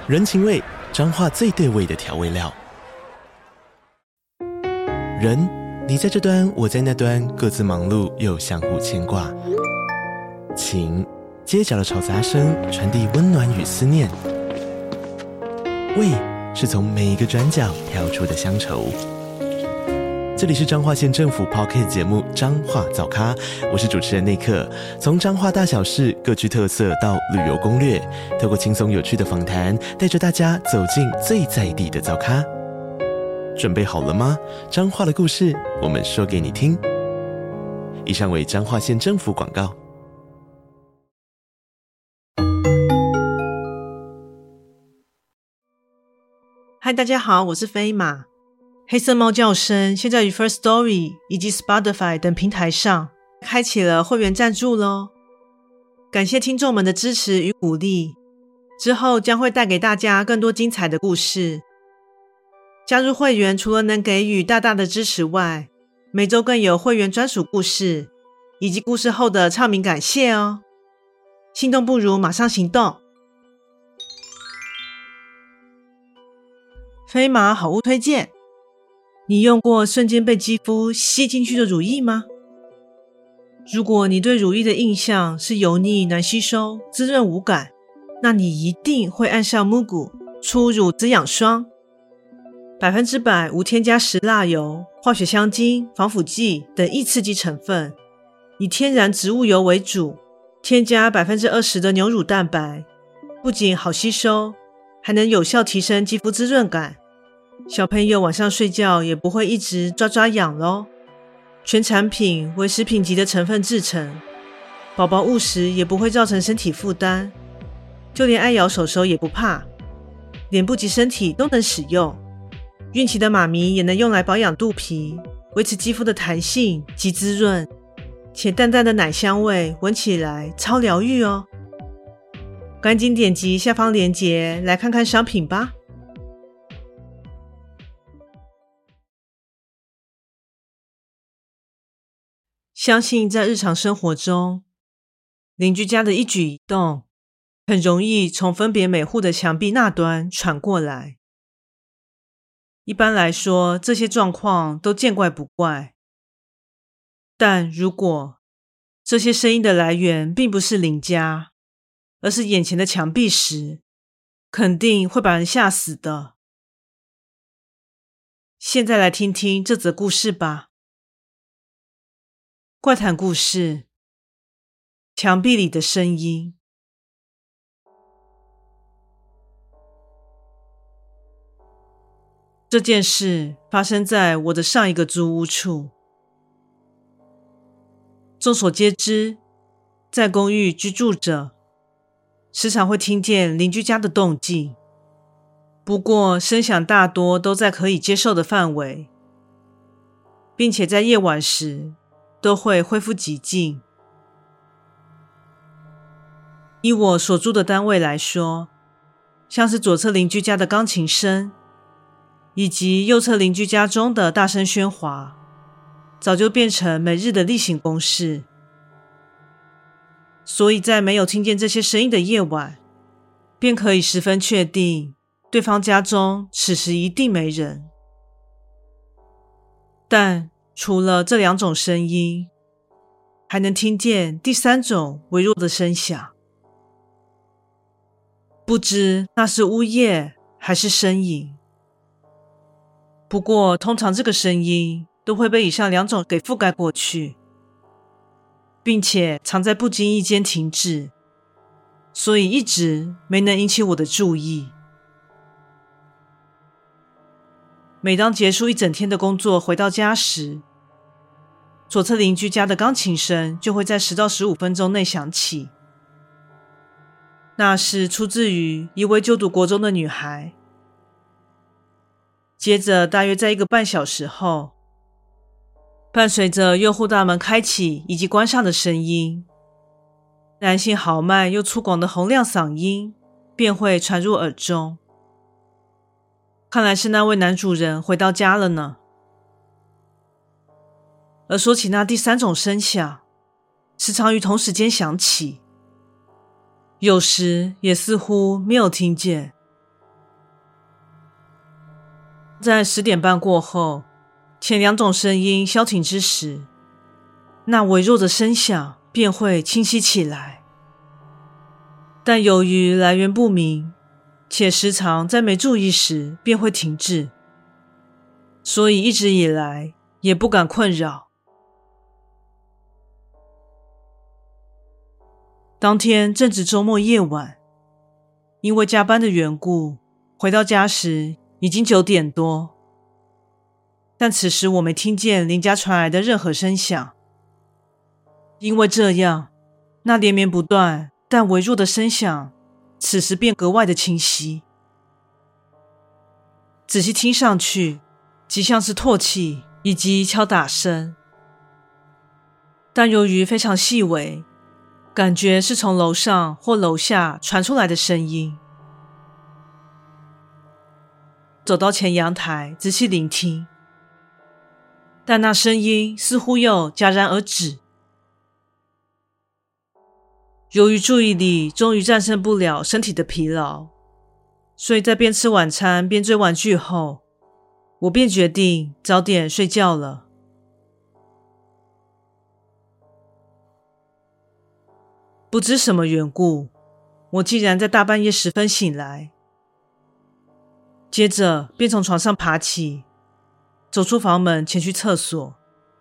人情味，彰化最对味的调味料。人，你在这端，我在那端，各自忙碌又相互牵挂。情，街角的吵杂声传递温暖与思念。味，是从每一个转角跳出的乡愁。这里是彰化县政府 Podcast 节目《彰化早咖》，我是主持人内克。从彰化大小事各具特色到旅游攻略，透过轻松有趣的访谈，带着大家走进最在地的早咖。准备好了吗？彰化的故事，我们说给你听。以上为彰化县政府广告。 嗨，大家好，我是飞马。黑色猫叫声现在于 Firstory 以及 Spotify 等平台上开启了会员赞助咯，感谢听众们的支持与鼓励，之后将会带给大家更多精彩的故事。加入会员除了能给予大大的支持外，每周更有会员专属故事以及故事后的唱名感谢哦。心动不如马上行动。飞马好物推荐，你用过瞬间被肌肤吸进去的乳液吗？如果你对乳液的印象是油腻难吸收、滋润无感，那你一定会爱上 Mugu 初乳滋养霜。100%无添加石蜡油、化学香精、防腐剂等易刺激成分，以天然植物油为主，添加 20% 的牛乳蛋白，不仅好吸收，还能有效提升肌肤滋润感。小朋友晚上睡觉也不会一直抓抓痒咯。全产品为食品级的成分制成，宝宝误食也不会造成身体负担，就连爱咬手手也不怕，脸部及身体都能使用。孕期的妈咪也能用来保养肚皮，维持肌肤的弹性及滋润，且淡淡的奶香味闻起来超疗愈哦。赶紧点击下方链接来看看商品吧。相信在日常生活中，邻居家的一举一动很容易从分别每户的墙壁那端传过来。一般来说，这些状况都见怪不怪。但如果这些声音的来源并不是邻家，而是眼前的墙壁时，肯定会把人吓死的。现在来听听这则故事吧。怪谈故事：墙壁里的声音。这件事发生在我的上一个租屋处。众所皆知，在公寓居住者，时常会听见邻居家的动静，不过声响大多都在可以接受的范围，并且在夜晚时都会恢复寂静。以我所住的单位来说，像是左侧邻居家的钢琴声，以及右侧邻居家中的大声喧哗，早就变成每日的例行公事。所以在没有听见这些声音的夜晚，便可以十分确定对方家中此时一定没人。但除了这两种声音，还能听见第三种微弱的声响，不知那是呜咽还是呻吟。不过通常这个声音都会被以上两种给覆盖过去，并且常在不经意间停止，所以一直没能引起我的注意。每当结束一整天的工作回到家时，左侧邻居家的钢琴声就会在10到15分钟内响起。那是出自于一位就读国中的女孩。接着大约在1个半小时后，伴随着右户大门开启以及关上的声音，男性豪迈又粗犷的洪亮嗓音便会传入耳中。看来是那位男主人回到家了呢。而说起那第三种声响，时常于同时间响起，有时也似乎没有听见， 在10点半过后，前2种声音消停之时，那微弱的声响便会清晰起来。但由于来源不明，且时常在没注意时便会停滞，所以一直以来也不敢困扰。当天正值周末夜晚，因为加班的缘故，回到家时已经9点多，但此时我没听见邻家传来的任何声响。因为这样，那连绵不断但微弱的声响此时便格外的清晰。仔细听上去，极像是唾弃以及敲打声，但由于非常细微，感觉是从楼上或楼下传出来的声音。走到前阳台仔细聆听，但那声音似乎又戛然而止。由于注意力终于战胜不了身体的疲劳，所以在边吃晚餐边追完剧后，我便决定早点睡觉了。不知什么缘故，我竟然在大半夜时分醒来，接着便从床上爬起，走出房门前去厕所。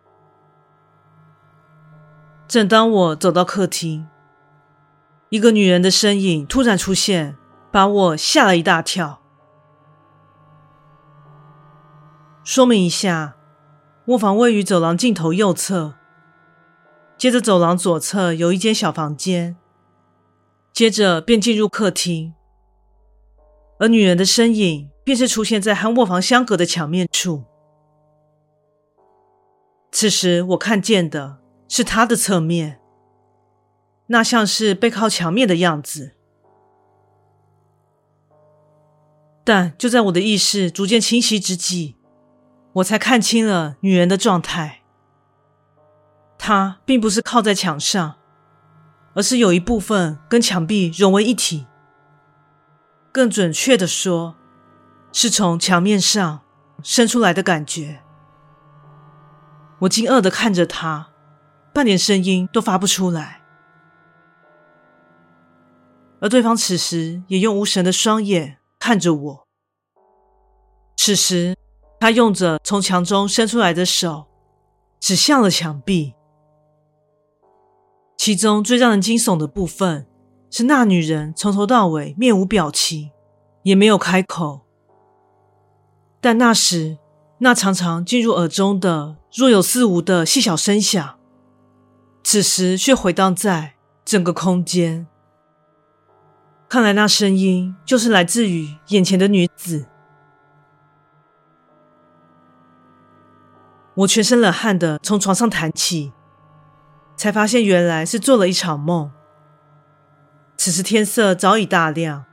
正当我走到客厅，一个女人的身影突然出现，把我吓了一大跳。说明一下，卧房位于走廊尽头右侧，接着走廊左侧有一间小房间，接着便进入客厅，而女人的身影便是出现在和卧房相隔的墙面处。此时我看见的是她的侧面，那像是背靠墙面的样子。但就在我的意识逐渐清晰之际，我才看清了女人的状态。她并不是靠在墙上，而是有一部分跟墙壁融为一体。更准确地说，是从墙面上伸出来的感觉。我惊愕地看着她，半点声音都发不出来。而对方此时也用无神的双眼看着我。此时他用着从墙中伸出来的手指向了墙壁。其中最让人惊悚的部分是那女人从头到尾面无表情，也没有开口，但那时那常常进入耳中的若有似无的细小声响，此时却回荡在整个空间。看来那声音就是来自于眼前的女子。我全身冷汗的从床上弹起，才发现原来是做了一场梦。此时天色早已大亮，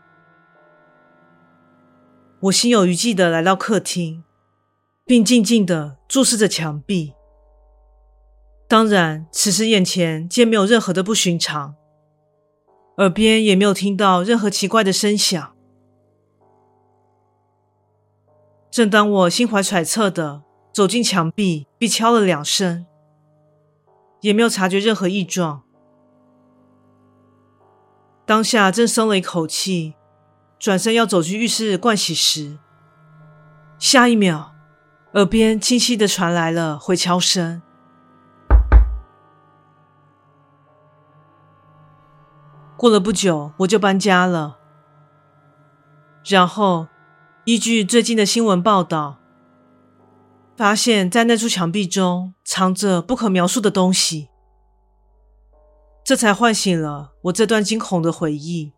我心有余悸的来到客厅，并静静的注视着墙壁。当然，此时眼前皆没有任何的不寻常，耳边也没有听到任何奇怪的声响。正当我心怀揣测的走进墙壁并敲了2声，也没有察觉任何异状。当下正松了一口气，转身要走去浴室盥洗时，下一秒耳边清晰地传来了回敲声。过了不久，我就搬家了。然后，依据最近的新闻报道，发现在那处墙壁中藏着不可描述的东西，这才唤醒了我这段惊恐的回忆。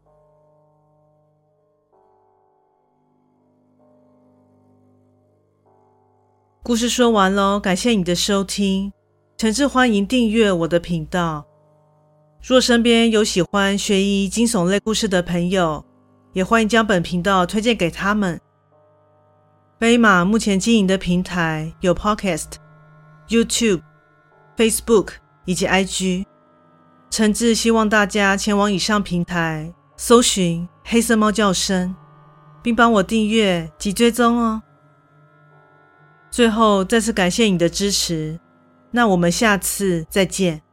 故事说完咯，感谢你的收听，诚挚欢迎订阅我的频道。若身边有喜欢悬疑惊悚类故事的朋友，也欢迎将本频道推荐给他们。飞马目前经营的平台有 Podcast、YouTube、Facebook 以及 IG， 诚挚希望大家前往以上平台搜寻黑色猫叫声，并帮我订阅及追踪哦。 最后再次感谢你的支持，那我们下次再见。